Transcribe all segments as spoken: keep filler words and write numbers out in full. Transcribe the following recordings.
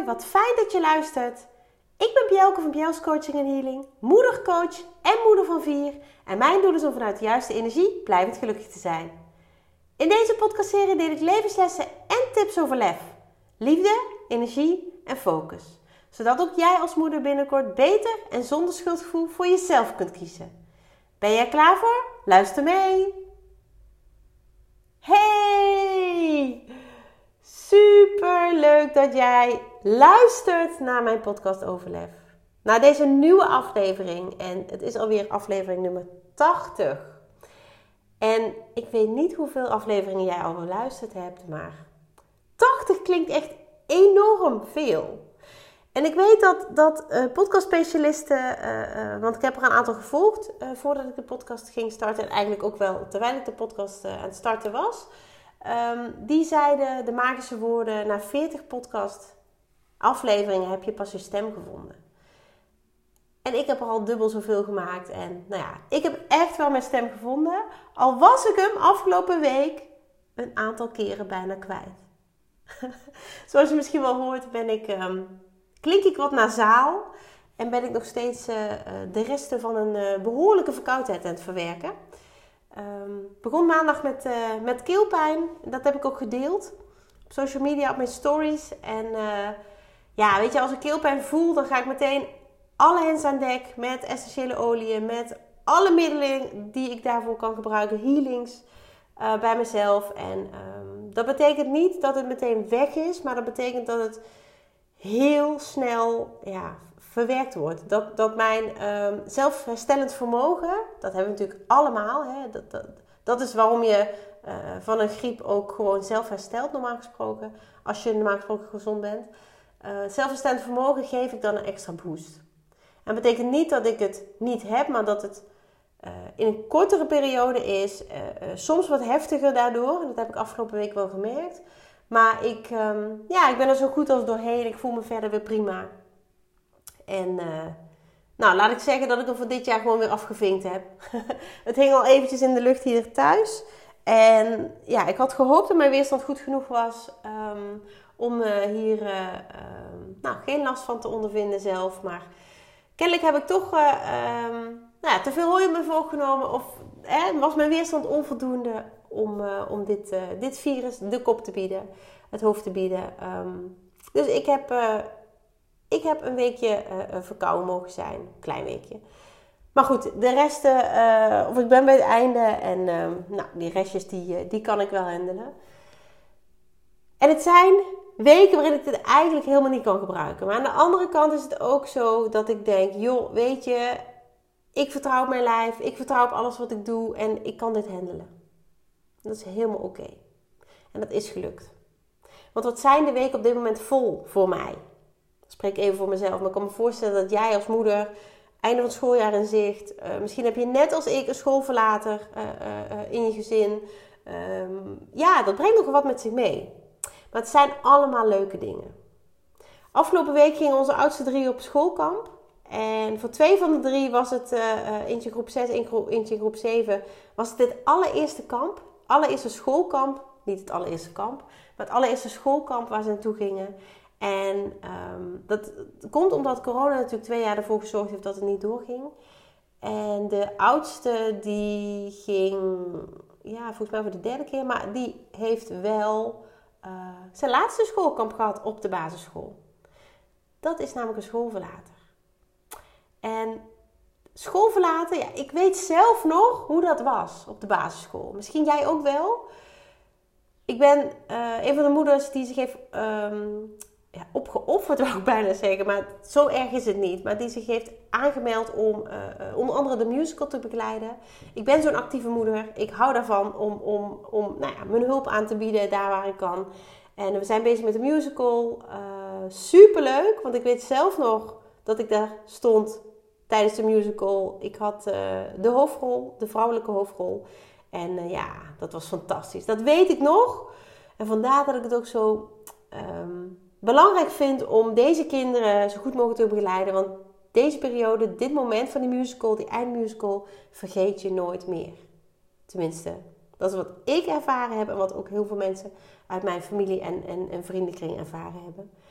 hoi, wat fijn dat je luistert. Ik ben Bjelke van Bjels Coaching en Healing, moedercoach en moeder van vier. En mijn doel is om vanuit de juiste energie blijvend gelukkig te zijn. In deze podcastserie deel ik levenslessen en tips over lef, liefde, energie en focus. Zodat ook jij als moeder binnenkort beter en zonder schuldgevoel voor jezelf kunt kiezen. Ben jij klaar voor? Luister mee! Hey! Super leuk dat jij luistert naar mijn podcast over lef. Naar deze nieuwe aflevering. En het is alweer aflevering nummer tachtig. En ik weet niet hoeveel afleveringen jij al geluisterd hebt. Maar tachtig klinkt echt enorm veel. En ik weet dat, dat uh, podcastspecialisten, uh, uh, want ik heb er een aantal gevolgd uh, voordat ik de podcast ging starten. En eigenlijk ook wel terwijl ik de podcast uh, aan het starten was. Um, die zeiden de magische woorden, na veertig podcast afleveringen heb je pas je stem gevonden. En ik heb er al dubbel zoveel gemaakt. En nou ja, ik heb echt wel mijn stem gevonden. Al was ik hem afgelopen week een aantal keren bijna kwijt. Zoals je misschien wel hoort ben ik... Um, Klink ik wat nasaal en ben ik nog steeds uh, de resten van een uh, behoorlijke verkoudheid aan het verwerken. Um, begon maandag met, uh, met keelpijn. Dat heb ik ook gedeeld op social media, op mijn stories. En uh, ja, weet je, als ik keelpijn voel, dan ga ik meteen alle hens aan dek met essentiële oliën, met alle middelen die ik daarvoor kan gebruiken, healings uh, bij mezelf. En um, dat betekent niet dat het meteen weg is, maar dat betekent dat het heel snel ja, verwerkt wordt. Dat, dat mijn um, zelfherstellend vermogen, dat hebben we natuurlijk allemaal. Hè? Dat, dat, dat is waarom je uh, van een griep ook gewoon zelf herstelt, normaal gesproken. Als je normaal gesproken gezond bent. Uh, zelfherstellend vermogen geef ik dan een extra boost. En dat betekent niet dat ik het niet heb, maar dat het uh, in een kortere periode is. Uh, uh, soms wat heftiger daardoor. En dat heb ik afgelopen week wel gemerkt. Maar ik, um, ja, ik ben er zo goed als doorheen. Ik voel me verder weer prima. En uh, nou, laat ik zeggen dat ik hem voor dit jaar gewoon weer afgevinkt heb. Het hing al eventjes in de lucht hier thuis. En ja, ik had gehoopt dat mijn weerstand goed genoeg was um, om uh, hier uh, um, nou, geen last van te ondervinden zelf. Maar kennelijk heb ik toch uh, um, nou ja, te veel hooi op me voorgenomen. Of eh, was mijn weerstand onvoldoende om, uh, om dit, uh, dit virus de kop te bieden. Het hoofd te bieden. Um, dus ik heb, uh, ik heb een weekje uh, verkouden mogen zijn. Een klein weekje. Maar goed, de resten, uh, of ik ben bij het einde. En uh, nou, die restjes die, uh, die kan ik wel handelen. En het zijn weken waarin ik dit eigenlijk helemaal niet kan gebruiken. Maar aan de andere kant is het ook zo dat ik denk, joh, weet je, ik vertrouw op mijn lijf. Ik vertrouw op alles wat ik doe. En ik kan dit handelen. Dat is helemaal oké. Okay. En dat is gelukt. Want wat zijn de weken op dit moment vol voor mij? Ik spreek even voor mezelf. Maar ik kan me voorstellen dat jij als moeder, einde van het schooljaar in zicht. Uh, misschien heb je net als ik een schoolverlater uh, uh, uh, in je gezin. Um, ja, dat brengt nog wat met zich mee. Maar het zijn allemaal leuke dingen. Afgelopen week gingen onze oudste drie op schoolkamp. En voor twee van de drie was het, uh, eentje groep zes, eentje groep zeven, was het het allereerste kamp. Allereerste schoolkamp, niet het allereerste kamp, maar het allereerste schoolkamp waar ze naartoe gingen. En um, dat komt omdat corona natuurlijk twee jaar ervoor gezorgd heeft dat het niet doorging. En de oudste die ging, ja, volgens mij voor de derde keer, maar die heeft wel uh, zijn laatste schoolkamp gehad op de basisschool. Dat is namelijk een schoolverlater. En school verlaten, ja, ik weet zelf nog hoe dat was op de basisschool. Misschien jij ook wel. Ik ben uh, een van de moeders die zich heeft um, ja, opgeofferd, wou ik bijna zeggen. Maar zo erg is het niet. Maar die zich heeft aangemeld om uh, uh, onder andere de musical te begeleiden. Ik ben zo'n actieve moeder. Ik hou daarvan om, om, om nou ja, mijn hulp aan te bieden daar waar ik kan. En we zijn bezig met de musical. Uh, superleuk, want ik weet zelf nog dat ik daar stond tijdens de musical. Ik had uh, de hoofdrol, de vrouwelijke hoofdrol. En uh, ja, dat was fantastisch. Dat weet ik nog. En vandaar dat ik het ook zo um, belangrijk vind om deze kinderen zo goed mogelijk te begeleiden. Want deze periode, dit moment van die musical, die eindmusical, vergeet je nooit meer. Tenminste, dat is wat ik ervaren heb en wat ook heel veel mensen uit mijn familie en, en, en vriendenkring ervaren hebben.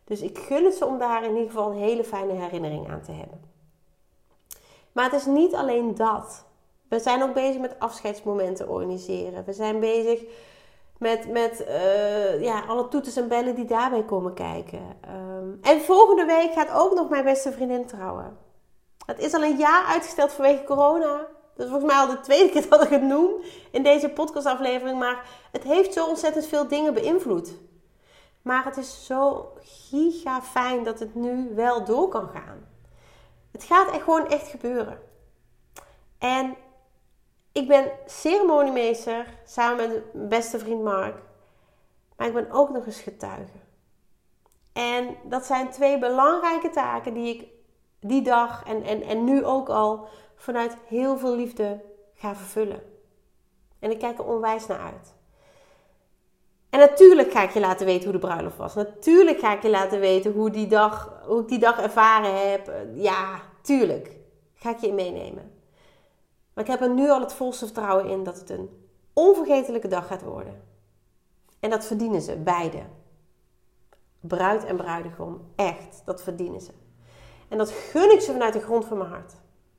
Dus ik gun het ze om daar in ieder geval een hele fijne herinnering aan te hebben. Maar het is niet alleen dat. We zijn ook bezig met afscheidsmomenten organiseren. We zijn bezig met, met uh, ja, alle toeters en bellen die daarbij komen kijken. Um, en volgende week gaat ook nog mijn beste vriendin trouwen. Het is al een jaar uitgesteld vanwege corona. Dat is volgens mij al de tweede keer dat ik het noem in deze podcastaflevering. Maar het heeft zo ontzettend veel dingen beïnvloed. Maar het is zo giga fijn dat het nu wel door kan gaan. Het gaat echt gewoon echt gebeuren. En ik ben ceremoniemeester samen met mijn beste vriend Mark. Maar ik ben ook nog eens getuige. En dat zijn twee belangrijke taken die ik die dag en, en, en nu ook al vanuit heel veel liefde ga vervullen. En ik kijk er onwijs naar uit. En natuurlijk ga ik je laten weten hoe de bruiloft was. Natuurlijk ga ik je laten weten hoe, die dag, hoe ik die dag ervaren heb. Ja, tuurlijk. Ga ik je in meenemen. Maar ik heb er nu al het volste vertrouwen in dat het een onvergetelijke dag gaat worden. En dat verdienen ze, beide. Bruid en bruidegom, echt, dat verdienen ze. En dat gun ik ze vanuit de grond van mijn hart.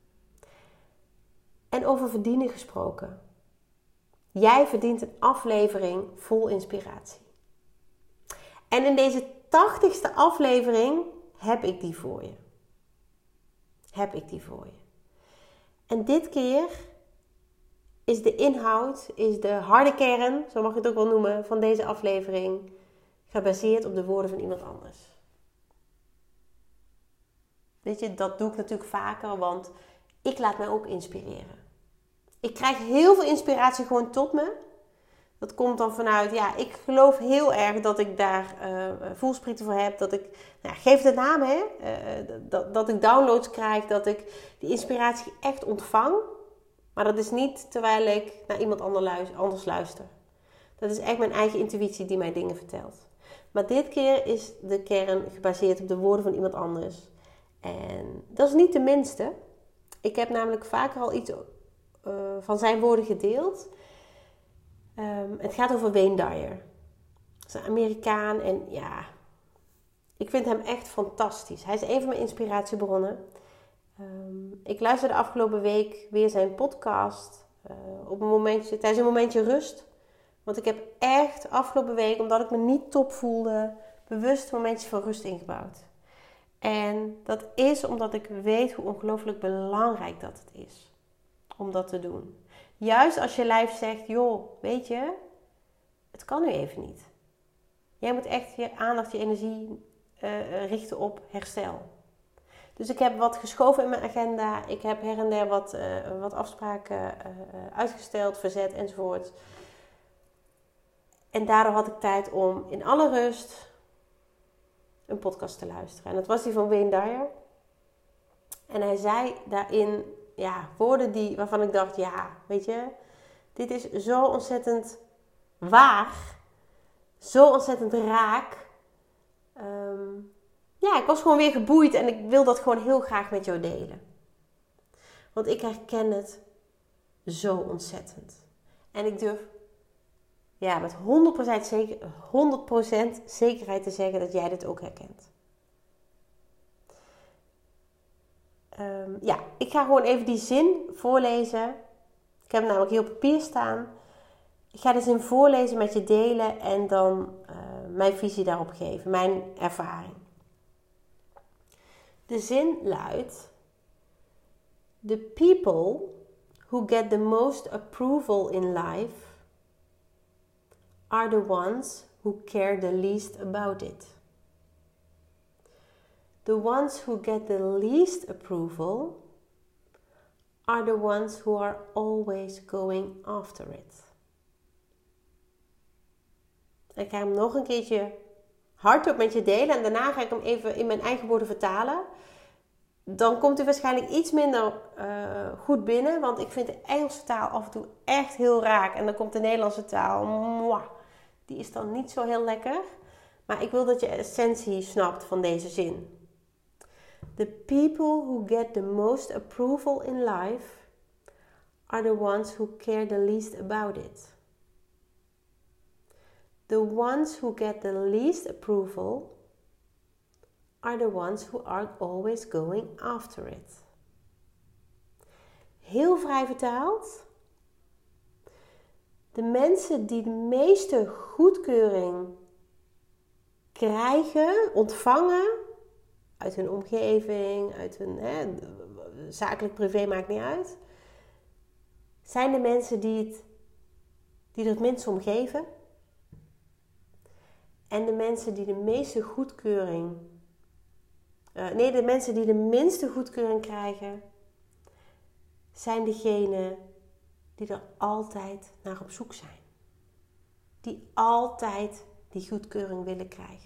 En over verdienen gesproken. Jij verdient een aflevering vol inspiratie. En in deze tachtigste aflevering heb ik die voor je. Heb ik die voor je. En dit keer is de inhoud, is de harde kern, zo mag je het ook wel noemen, van deze aflevering gebaseerd op de woorden van iemand anders. Weet je, dat doe ik natuurlijk vaker, want ik laat mij ook inspireren. Ik krijg heel veel inspiratie gewoon tot me. Dat komt dan vanuit, ja, ik geloof heel erg dat ik daar uh, voelsprieten voor heb. Dat ik, nou, geef het naam, hè. Uh, dat, dat ik downloads krijg, dat ik die inspiratie echt ontvang. Maar dat is niet terwijl ik naar iemand anders luister. Dat is echt mijn eigen intuïtie die mij dingen vertelt. Maar dit keer is de kern gebaseerd op de woorden van iemand anders. En dat is niet de minste. Ik heb namelijk vaker al iets uh, van zijn woorden gedeeld. Um, het gaat over Wayne Dyer. Dat is een Amerikaan en ja, ik vind hem echt fantastisch. Hij is een van mijn inspiratiebronnen. Um, ik luisterde afgelopen week weer zijn podcast uh, op een momentje, tijdens een momentje rust. Want ik heb echt afgelopen week, omdat ik me niet top voelde, bewust momentjes van rust ingebouwd. En dat is omdat ik weet hoe ongelooflijk belangrijk dat het is om dat te doen. Juist als je lijf zegt, joh, weet je, het kan nu even niet. Jij moet echt je aandacht, je energie uh, richten op herstel. Dus ik heb wat geschoven in mijn agenda. Ik heb her en der wat, uh, wat afspraken uh, uitgesteld, verzet enzovoort. En daardoor had ik tijd om in alle rust een podcast te luisteren. En dat was die van Wayne Dyer. En hij zei daarin ja, woorden die, waarvan ik dacht, ja, weet je, dit is zo ontzettend waar. Zo ontzettend raak. Um, ja, ik was gewoon weer geboeid en ik wil dat gewoon heel graag met jou delen. Want ik herken het zo ontzettend. En ik durf ja, met honderd procent, zeker, honderd procent zekerheid te zeggen dat jij dit ook herkent. Um, ja, ik ga gewoon even die zin voorlezen. Ik heb hem namelijk hier op papier staan. Ik ga de zin voorlezen met je delen en dan uh, mijn visie daarop geven, mijn ervaring. De zin luidt: The people who get the most approval in life are the ones who care the least about it. The ones who get the least approval are the ones who are always going after it. Ik ga hem nog een keertje hardop met je delen en daarna ga ik hem even in mijn eigen woorden vertalen. Dan komt hij waarschijnlijk iets minder uh, goed binnen, want ik vind de Engelse taal af en toe echt heel raak. En dan komt de Nederlandse taal, mwah, die is dan niet zo heel lekker. Maar ik wil dat je de essentie snapt van deze zin. The people who get the most approval in life are the ones who care the least about it. The ones who get the least approval are the ones who are always going after it. Heel vrij vertaald. De mensen die de meeste goedkeuring krijgen, ontvangen, uit hun omgeving, uit hun hè, zakelijk privé maakt niet uit, zijn de mensen die, het, die er het minst om geven. En de mensen die de meeste goedkeuring, uh, nee, de mensen die de minste goedkeuring krijgen, zijn degenen die er altijd naar op zoek zijn. Die altijd die goedkeuring willen krijgen.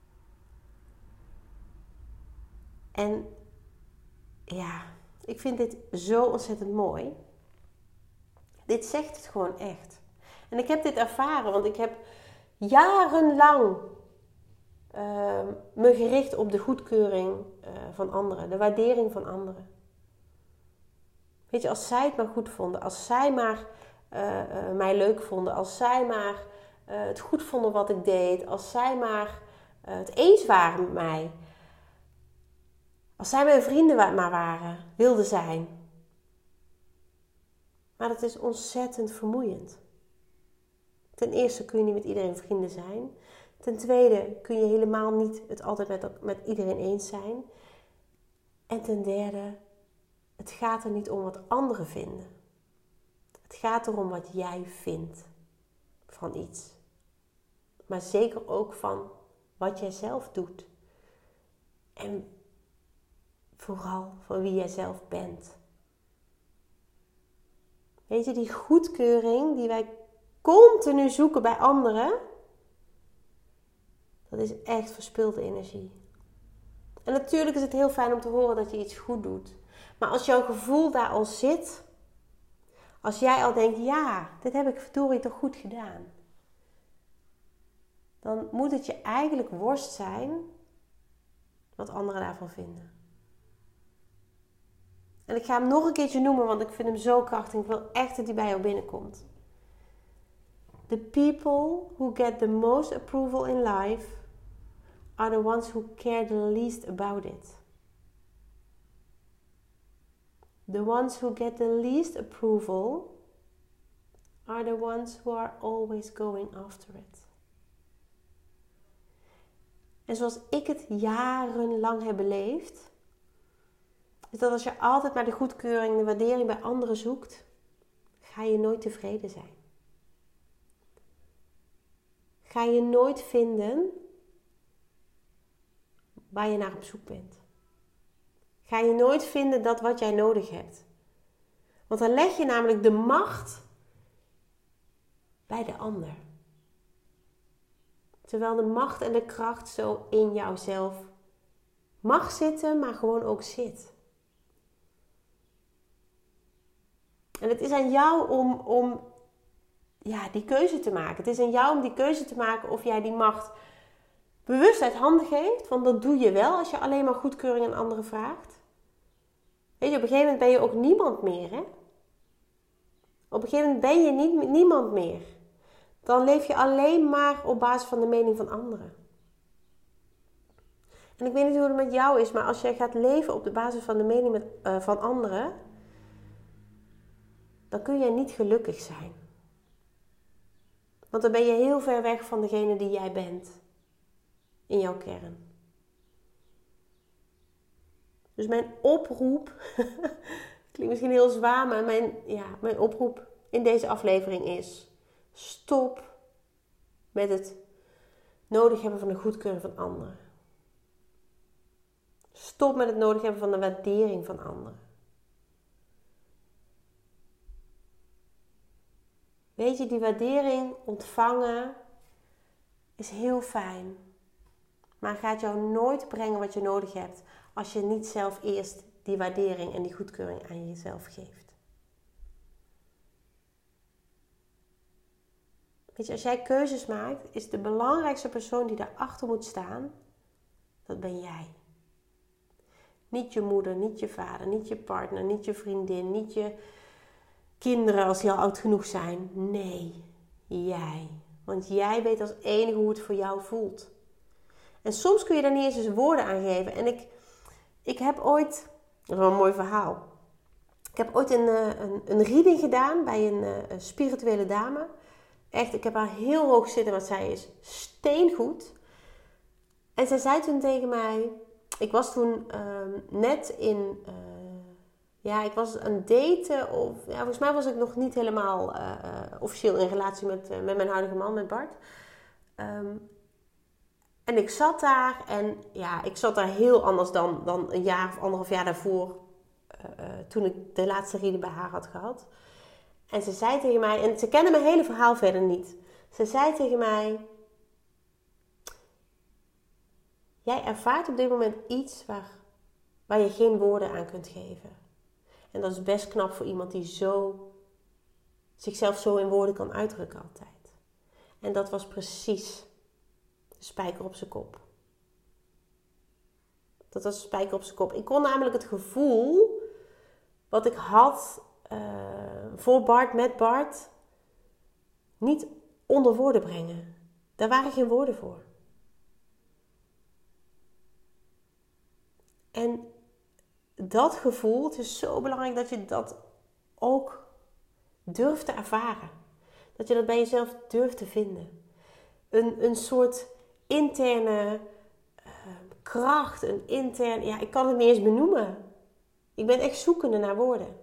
En ja, ik vind dit zo ontzettend mooi. Dit zegt het gewoon echt. En ik heb dit ervaren, want ik heb jarenlang uh, me gericht op de goedkeuring uh, van anderen. De waardering van anderen. Weet je, als zij het maar goed vonden. Als zij maar uh, uh, mij leuk vonden. Als zij maar uh, het goed vonden wat ik deed. Als zij maar uh, het eens waren met mij. Als zij mijn vrienden maar waren. Wilden zijn. Maar dat is ontzettend vermoeiend. Ten eerste kun je niet met iedereen vrienden zijn. Ten tweede kun je helemaal niet het altijd met, met iedereen eens zijn. En ten derde, het gaat er niet om wat anderen vinden. Het gaat erom wat jij vindt van iets. Maar zeker ook van wat jij zelf doet. En vooral van wie jij zelf bent. Weet je, die goedkeuring die wij continu zoeken bij anderen, dat is echt verspilde energie. En natuurlijk is het heel fijn om te horen dat je iets goed doet. Maar als jouw gevoel daar al zit, als jij al denkt, ja, dit heb ik verdorie toch goed gedaan, dan moet het je eigenlijk worst zijn wat anderen daarvan vinden. En ik ga hem nog een keertje noemen, want ik vind hem zo krachtig. Ik wil echt dat hij bij jou binnenkomt. The people who get the most approval in life are the ones who care the least about it. The ones who get the least approval are the ones who are always going after it. En zoals ik het jarenlang heb beleefd, is dat als je altijd maar de goedkeuring, de waardering bij anderen zoekt, ga je nooit tevreden zijn. Ga je nooit vinden waar je naar op zoek bent. Ga je nooit vinden dat wat jij nodig hebt. Want dan leg je namelijk de macht bij de ander. Terwijl de macht en de kracht zo in jouzelf mag zitten, maar gewoon ook zit. En het is aan jou om, om ja, die keuze te maken. Het is aan jou om die keuze te maken of jij die macht bewust uit handen geeft. Want dat doe je wel als je alleen maar goedkeuring aan anderen vraagt. Weet je, op een gegeven moment ben je ook niemand meer, hè? Op een gegeven moment ben je niet, niemand meer. Dan leef je alleen maar op basis van de mening van anderen. En ik weet niet hoe het met jou is, maar als jij gaat leven op de basis van de mening met, uh, van anderen, dan kun jij niet gelukkig zijn. Want dan ben je heel ver weg van degene die jij bent. In jouw kern. Dus mijn oproep, klinkt misschien heel zwaar, maar mijn, ja, mijn oproep in deze aflevering is: stop met het nodig hebben van de goedkeuring van anderen. Stop met het nodig hebben van de waardering van anderen. Weet je, die waardering ontvangen is heel fijn. Maar gaat jou nooit brengen wat je nodig hebt als je niet zelf eerst die waardering en die goedkeuring aan jezelf geeft. Weet je, als jij keuzes maakt, is de belangrijkste persoon die daarachter moet staan, dat ben jij. Niet je moeder, niet je vader, niet je partner, niet je vriendin, niet je kinderen als die al oud genoeg zijn. Nee, jij. Want jij weet als enige hoe het voor jou voelt. En soms kun je daar niet eens eens woorden aan geven. En ik, ik heb ooit, dat is wel een mooi verhaal. Ik heb ooit een, een, een reading gedaan bij een, een spirituele dame. Echt, ik heb haar heel hoog zitten, want zij is steengoed. En zij zei toen tegen mij, ik was toen um, net in, uh, ja, ik was aan het daten. Of, ja, volgens mij was ik nog niet helemaal uh, uh, officieel in relatie met, uh, met mijn huidige man, met Bart. Um, en ik zat daar en ja, ik zat daar heel anders dan, dan een jaar of anderhalf jaar daarvoor. Uh, uh, toen ik de laatste reading bij haar had gehad. En ze zei tegen mij, en ze kende mijn hele verhaal verder niet. Ze zei tegen mij, jij ervaart op dit moment iets waar, waar je geen woorden aan kunt geven. En dat is best knap voor iemand die zo, zichzelf zo in woorden kan uitdrukken altijd. En dat was precies de spijker op zijn kop. Dat was de spijker op zijn kop. Ik kon namelijk het gevoel wat ik had uh, voor Bart, met Bart, niet onder woorden brengen. Daar waren geen woorden voor. En dat gevoel, het is zo belangrijk dat je dat ook durft te ervaren. Dat je dat bij jezelf durft te vinden. Een, een soort interne uh, kracht, een intern, ja, ik kan het niet eens benoemen. Ik ben echt zoekende naar woorden.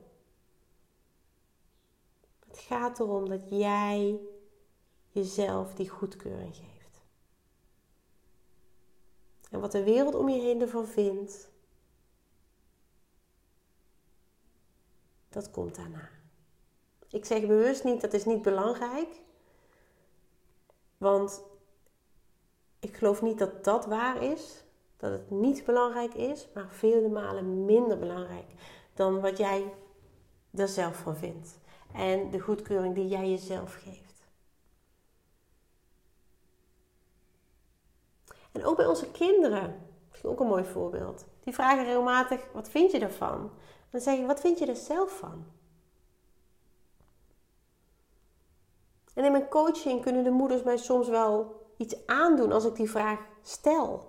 Het gaat erom dat jij jezelf die goedkeuring geeft. En wat de wereld om je heen ervan vindt, dat komt daarna. Ik zeg bewust niet, dat is niet belangrijk. Want ik geloof niet dat dat waar is. Dat het niet belangrijk is, maar vele malen minder belangrijk dan wat jij er zelf van vindt. En de goedkeuring die jij jezelf geeft. En ook bij onze kinderen, misschien ook een mooi voorbeeld. Die vragen regelmatig, wat vind je ervan? En dan zeg ik, wat vind je er zelf van? En in mijn coaching kunnen de moeders mij soms wel iets aandoen als ik die vraag stel.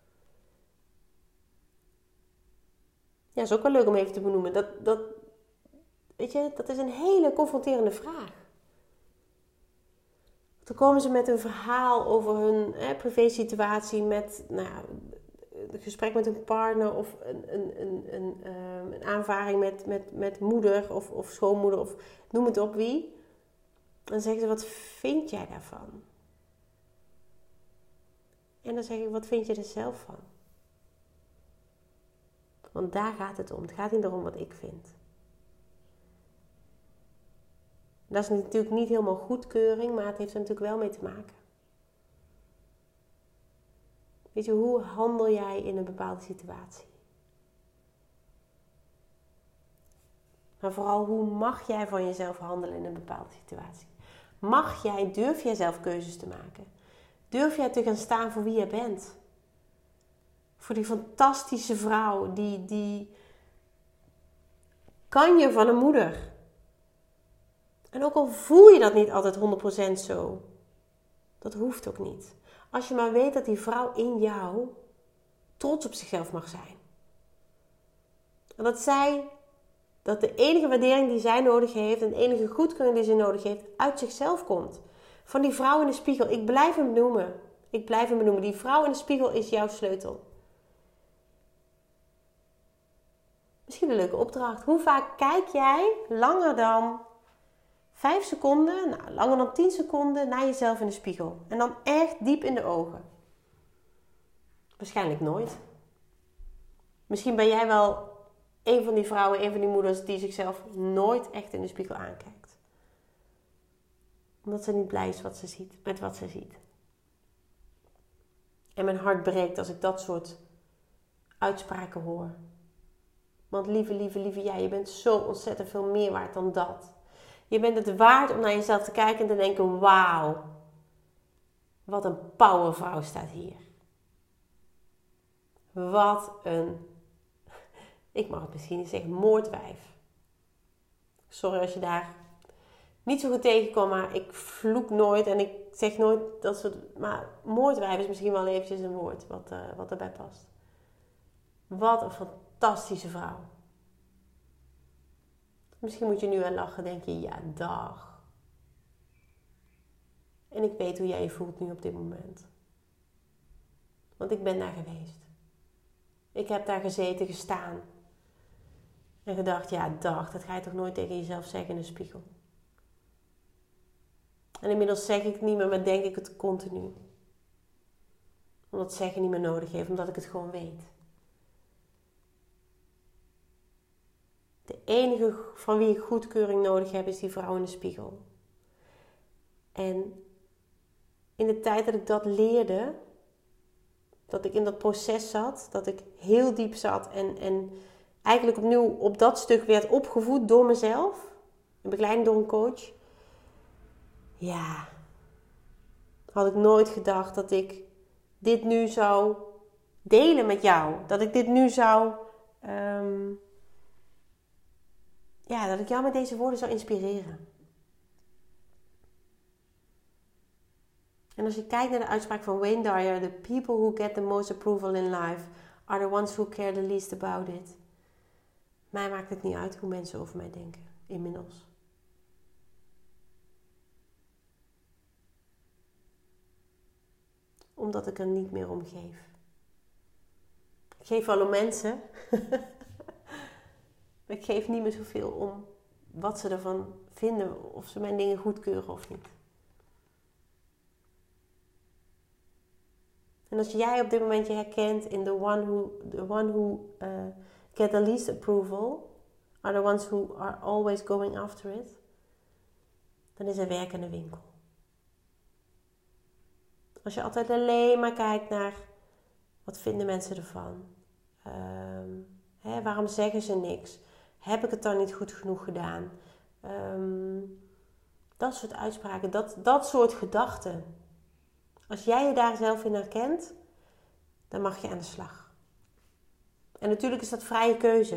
Ja, is ook wel leuk om even te benoemen. Dat, dat, weet je, dat is een hele confronterende vraag. Dan komen ze met een verhaal over hun hè, privésituatie met nou, een gesprek met een partner of een, een, een, een, um, een aanvaring met, met, met moeder of, of schoonmoeder of noem het op wie. Dan zeggen ze, wat vind jij daarvan? En dan zeg ik, wat vind je er zelf van? Want daar gaat het om. Het gaat niet erom wat ik vind. Dat is natuurlijk niet helemaal goedkeuring, maar het heeft er natuurlijk wel mee te maken. Weet je, hoe handel jij in een bepaalde situatie? Maar vooral, hoe mag jij van jezelf handelen in een bepaalde situatie? Mag jij, durf jij zelf keuzes te maken? Durf jij te gaan staan voor wie je bent? Voor die fantastische vrouw, die, die kan je van een moeder. En ook al voel je dat niet altijd honderd procent zo, dat hoeft ook niet. Als je maar weet dat die vrouw in jou trots op zichzelf mag zijn. En dat zij, dat de enige waardering die zij nodig heeft en de enige goedkeuring die ze nodig heeft, uit zichzelf komt. Van die vrouw in de spiegel. Ik blijf hem benoemen. Ik blijf hem benoemen. Die vrouw in de spiegel is jouw sleutel. Misschien een leuke opdracht. Hoe vaak kijk jij langer dan vijf seconden, nou, langer dan tien seconden naar jezelf in de spiegel? En dan echt diep in de ogen. Waarschijnlijk nooit. Misschien ben jij wel een van die vrouwen, een van die moeders die zichzelf nooit echt in de spiegel aankijkt. Omdat ze niet blij is wat ze ziet, met wat ze ziet. En mijn hart breekt als ik dat soort uitspraken hoor. Want lieve, lieve, lieve jij, je bent zo ontzettend veel meer waard dan dat. Je bent het waard om naar jezelf te kijken en te denken, wauw, wat een powervrouw staat hier. Wat een, ik mag het misschien niet zeggen, moordwijf. Sorry als je daar niet zo goed tegenkom, maar ik vloek nooit en ik zeg nooit dat soort... Maar moordwijf is misschien wel eventjes een woord wat, uh, wat erbij past. Wat een fantastische vrouw. Misschien moet je nu wel lachen, denk je, ja, dag. En ik weet hoe jij je voelt nu op dit moment. Want ik ben daar geweest. Ik heb daar gezeten, gestaan. En gedacht, ja, dag, dat ga je toch nooit tegen jezelf zeggen in de spiegel. En inmiddels zeg ik het niet meer, maar denk ik het continu. Omdat zeggen niet meer nodig heeft, omdat ik het gewoon weet. De enige van wie ik goedkeuring nodig heb, is die vrouw in de spiegel. En in de tijd dat ik dat leerde, dat ik in dat proces zat, dat ik heel diep zat en, en eigenlijk opnieuw op dat stuk werd opgevoed door mezelf, in begeleiding door een coach. Ja, had ik nooit gedacht dat ik dit nu zou delen met jou. Dat ik dit nu zou... Um, ja, dat ik jou met deze woorden zou inspireren. En als je kijkt naar de uitspraak van Wayne Dyer... The people who get the most approval in life... are the ones who care the least about it. Mij maakt het niet uit hoe mensen over mij denken. Inmiddels. Omdat ik er niet meer om geef. Ik geef wel om mensen. Maar ik geef niet meer zoveel om wat ze ervan vinden. Of ze mijn dingen goedkeuren of niet. En als jij op dit moment je herkent in the one who, the one who uh, get the least approval. Are the ones who are always going after it. Dan is er werk in de winkel. Als je altijd alleen maar kijkt naar wat vinden mensen ervan. Um, hè, waarom zeggen ze niks? Heb ik het dan niet goed genoeg gedaan? Um, dat soort uitspraken, dat, dat soort gedachten. Als jij je daar zelf in herkent, dan mag je aan de slag. En natuurlijk is dat vrije keuze.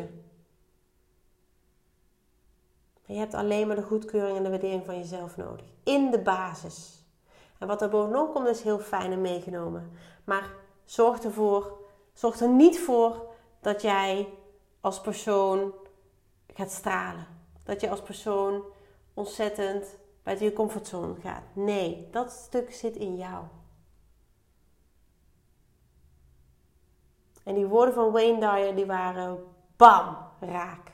Maar je hebt alleen maar de goedkeuring en de waardering van jezelf nodig. In de basis. En wat er bovenop komt is heel fijn en meegenomen. Maar zorg ervoor, zorg er niet voor dat jij als persoon gaat stralen. Dat je als persoon ontzettend buiten je comfortzone gaat. Nee, dat stuk zit in jou. En die woorden van Wayne Dyer, die waren bam, raak.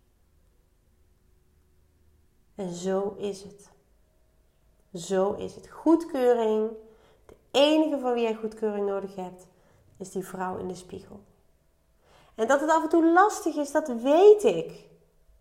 En zo is het. Zo is het. Goedkeuring. De enige van wie jij goedkeuring nodig hebt, is die vrouw in de spiegel. En dat het af en toe lastig is, dat weet ik.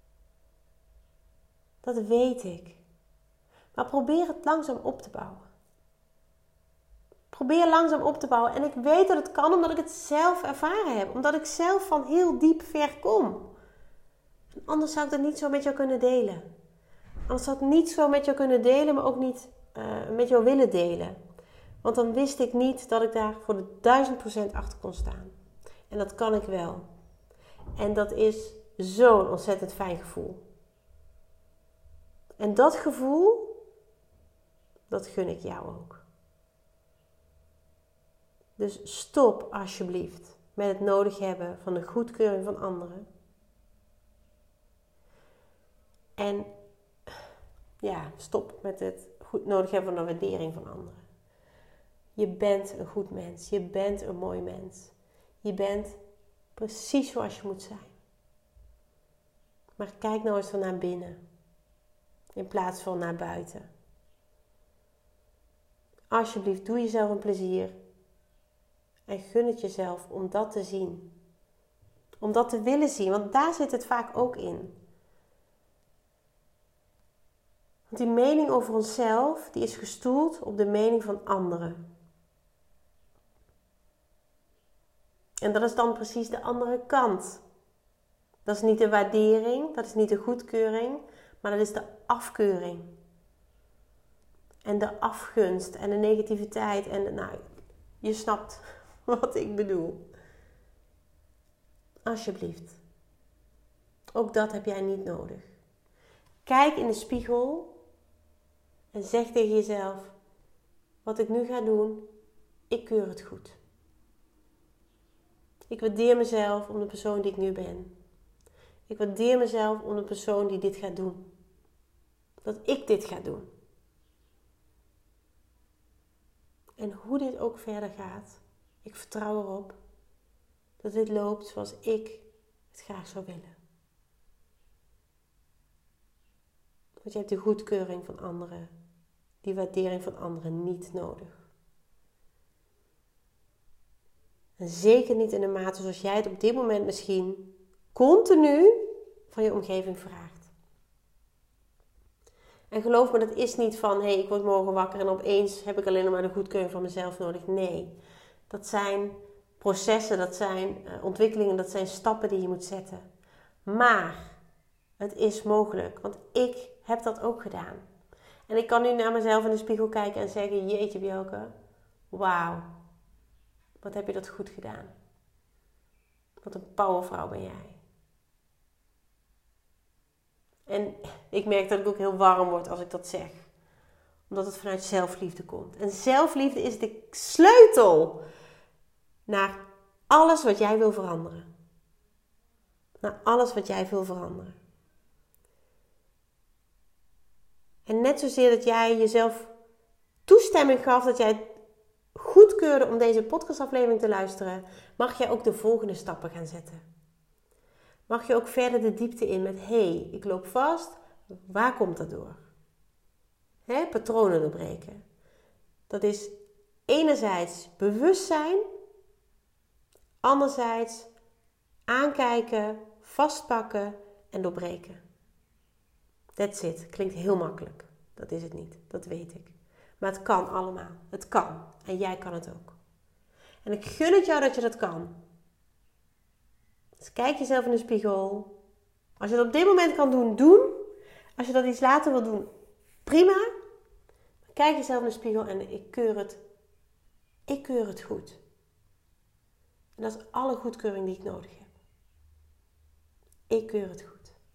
Dat weet ik. Maar probeer het langzaam op te bouwen. Probeer langzaam op te bouwen. En ik weet dat het kan, omdat ik het zelf ervaren heb. Omdat ik zelf van heel diep ver kom. En anders zou ik dat niet zo met jou kunnen delen. Anders had ik het niet zo met jou kunnen delen, maar ook niet uh, met jou willen delen. Want dan wist ik niet dat ik daar voor de duizend procent achter kon staan. En dat kan ik wel. En dat is zo'n ontzettend fijn gevoel. En dat gevoel, dat gun ik jou ook. Dus stop alsjeblieft met het nodig hebben van de goedkeuring van anderen. En ja, stop met het goed nodig hebben van de waardering van anderen. Je bent een goed mens. Je bent een mooi mens. Je bent precies zoals je moet zijn. Maar kijk nou eens van naar binnen. In plaats van naar buiten. Alsjeblieft, doe jezelf een plezier. En gun het jezelf om dat te zien. Om dat te willen zien. Want daar zit het vaak ook in. Want die mening over onszelf, die is gestoeld op de mening van anderen. En dat is dan precies de andere kant. Dat is niet de waardering, dat is niet de goedkeuring, maar dat is de afkeuring. En de afgunst en de negativiteit. En de, nou, je snapt wat ik bedoel. Alsjeblieft. Ook dat heb jij niet nodig. Kijk in de spiegel En zeg tegen jezelf, wat ik nu ga doen, ik keur het goed. Ik waardeer mezelf om de persoon die ik nu ben. Ik waardeer mezelf om de persoon die dit gaat doen. Dat ik dit ga doen. En hoe dit ook verder gaat, ik vertrouw erop dat dit loopt zoals ik het graag zou willen. Want je hebt de goedkeuring van anderen, die waardering van anderen niet nodig. En zeker niet in de mate zoals jij het op dit moment misschien continu van je omgeving vraagt. En geloof me, dat is niet van, hé, hey, ik word morgen wakker en opeens heb ik alleen nog maar de goedkeuring van mezelf nodig. Nee, dat zijn processen, dat zijn uh, ontwikkelingen, dat zijn stappen die je moet zetten. Maar het is mogelijk, want ik heb dat ook gedaan. En ik kan nu naar mezelf in de spiegel kijken en zeggen, jeetje Bjelke, wauw, wat heb je dat goed gedaan. Wat een powervrouw ben jij. En ik merk dat ik ook heel warm word als ik dat zeg. Omdat het vanuit zelfliefde komt. En zelfliefde is de sleutel naar alles wat jij wil veranderen. Naar alles wat jij wil veranderen. En net zozeer dat jij jezelf toestemming gaf, dat jij het goedkeurde om deze podcastaflevering te luisteren, mag jij ook de volgende stappen gaan zetten. Mag je ook verder de diepte in met, hé, hey, ik loop vast, waar komt dat door? Hè, patronen doorbreken. Dat is enerzijds bewustzijn, anderzijds aankijken, vastpakken en doorbreken. That's it. Klinkt heel makkelijk. Dat is het niet. Dat weet ik. Maar het kan allemaal. Het kan. En jij kan het ook. En ik gun het jou dat je dat kan. Dus kijk jezelf in de spiegel. Als je dat op dit moment kan doen, doen. Als je dat iets later wil doen, prima. Kijk jezelf in de spiegel en ik keur het. Ik keur het goed. En dat is alle goedkeuring die ik nodig heb. Ik keur het goed.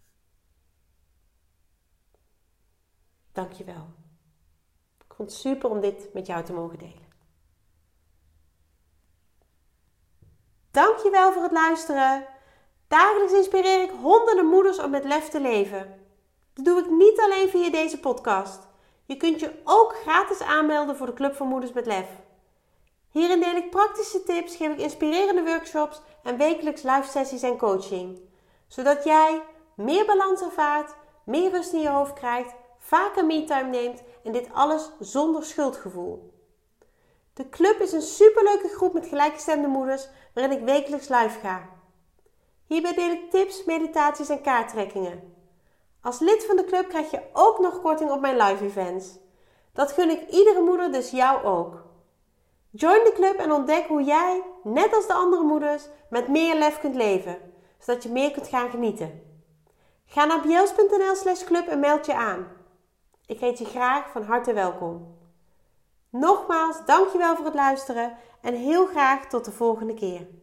Dankjewel. Ik vond het super om dit met jou te mogen delen. Dankjewel voor het luisteren. Dagelijks inspireer ik honderden moeders om met lef te leven. Dat doe ik niet alleen via deze podcast. Je kunt je ook gratis aanmelden voor de Club van Moeders met Lef. Hierin deel ik praktische tips, geef ik inspirerende workshops en wekelijks live sessies en coaching. Zodat jij meer balans ervaart, meer rust in je hoofd krijgt, vaker me-time neemt en dit alles zonder schuldgevoel. De club is een superleuke groep met gelijkgestemde moeders waarin ik wekelijks live ga. Hierbij deel ik tips, meditaties en kaarttrekkingen. Als lid van de club krijg je ook nog korting op mijn live events. Dat gun ik iedere moeder, dus jou ook. Join de club en ontdek hoe jij, net als de andere moeders, met meer lef kunt leven. Zodat je meer kunt gaan genieten. Ga naar bjels.nl slash club en meld je aan. Ik heet je graag van harte welkom. Nogmaals, dankjewel voor het luisteren en heel graag tot de volgende keer.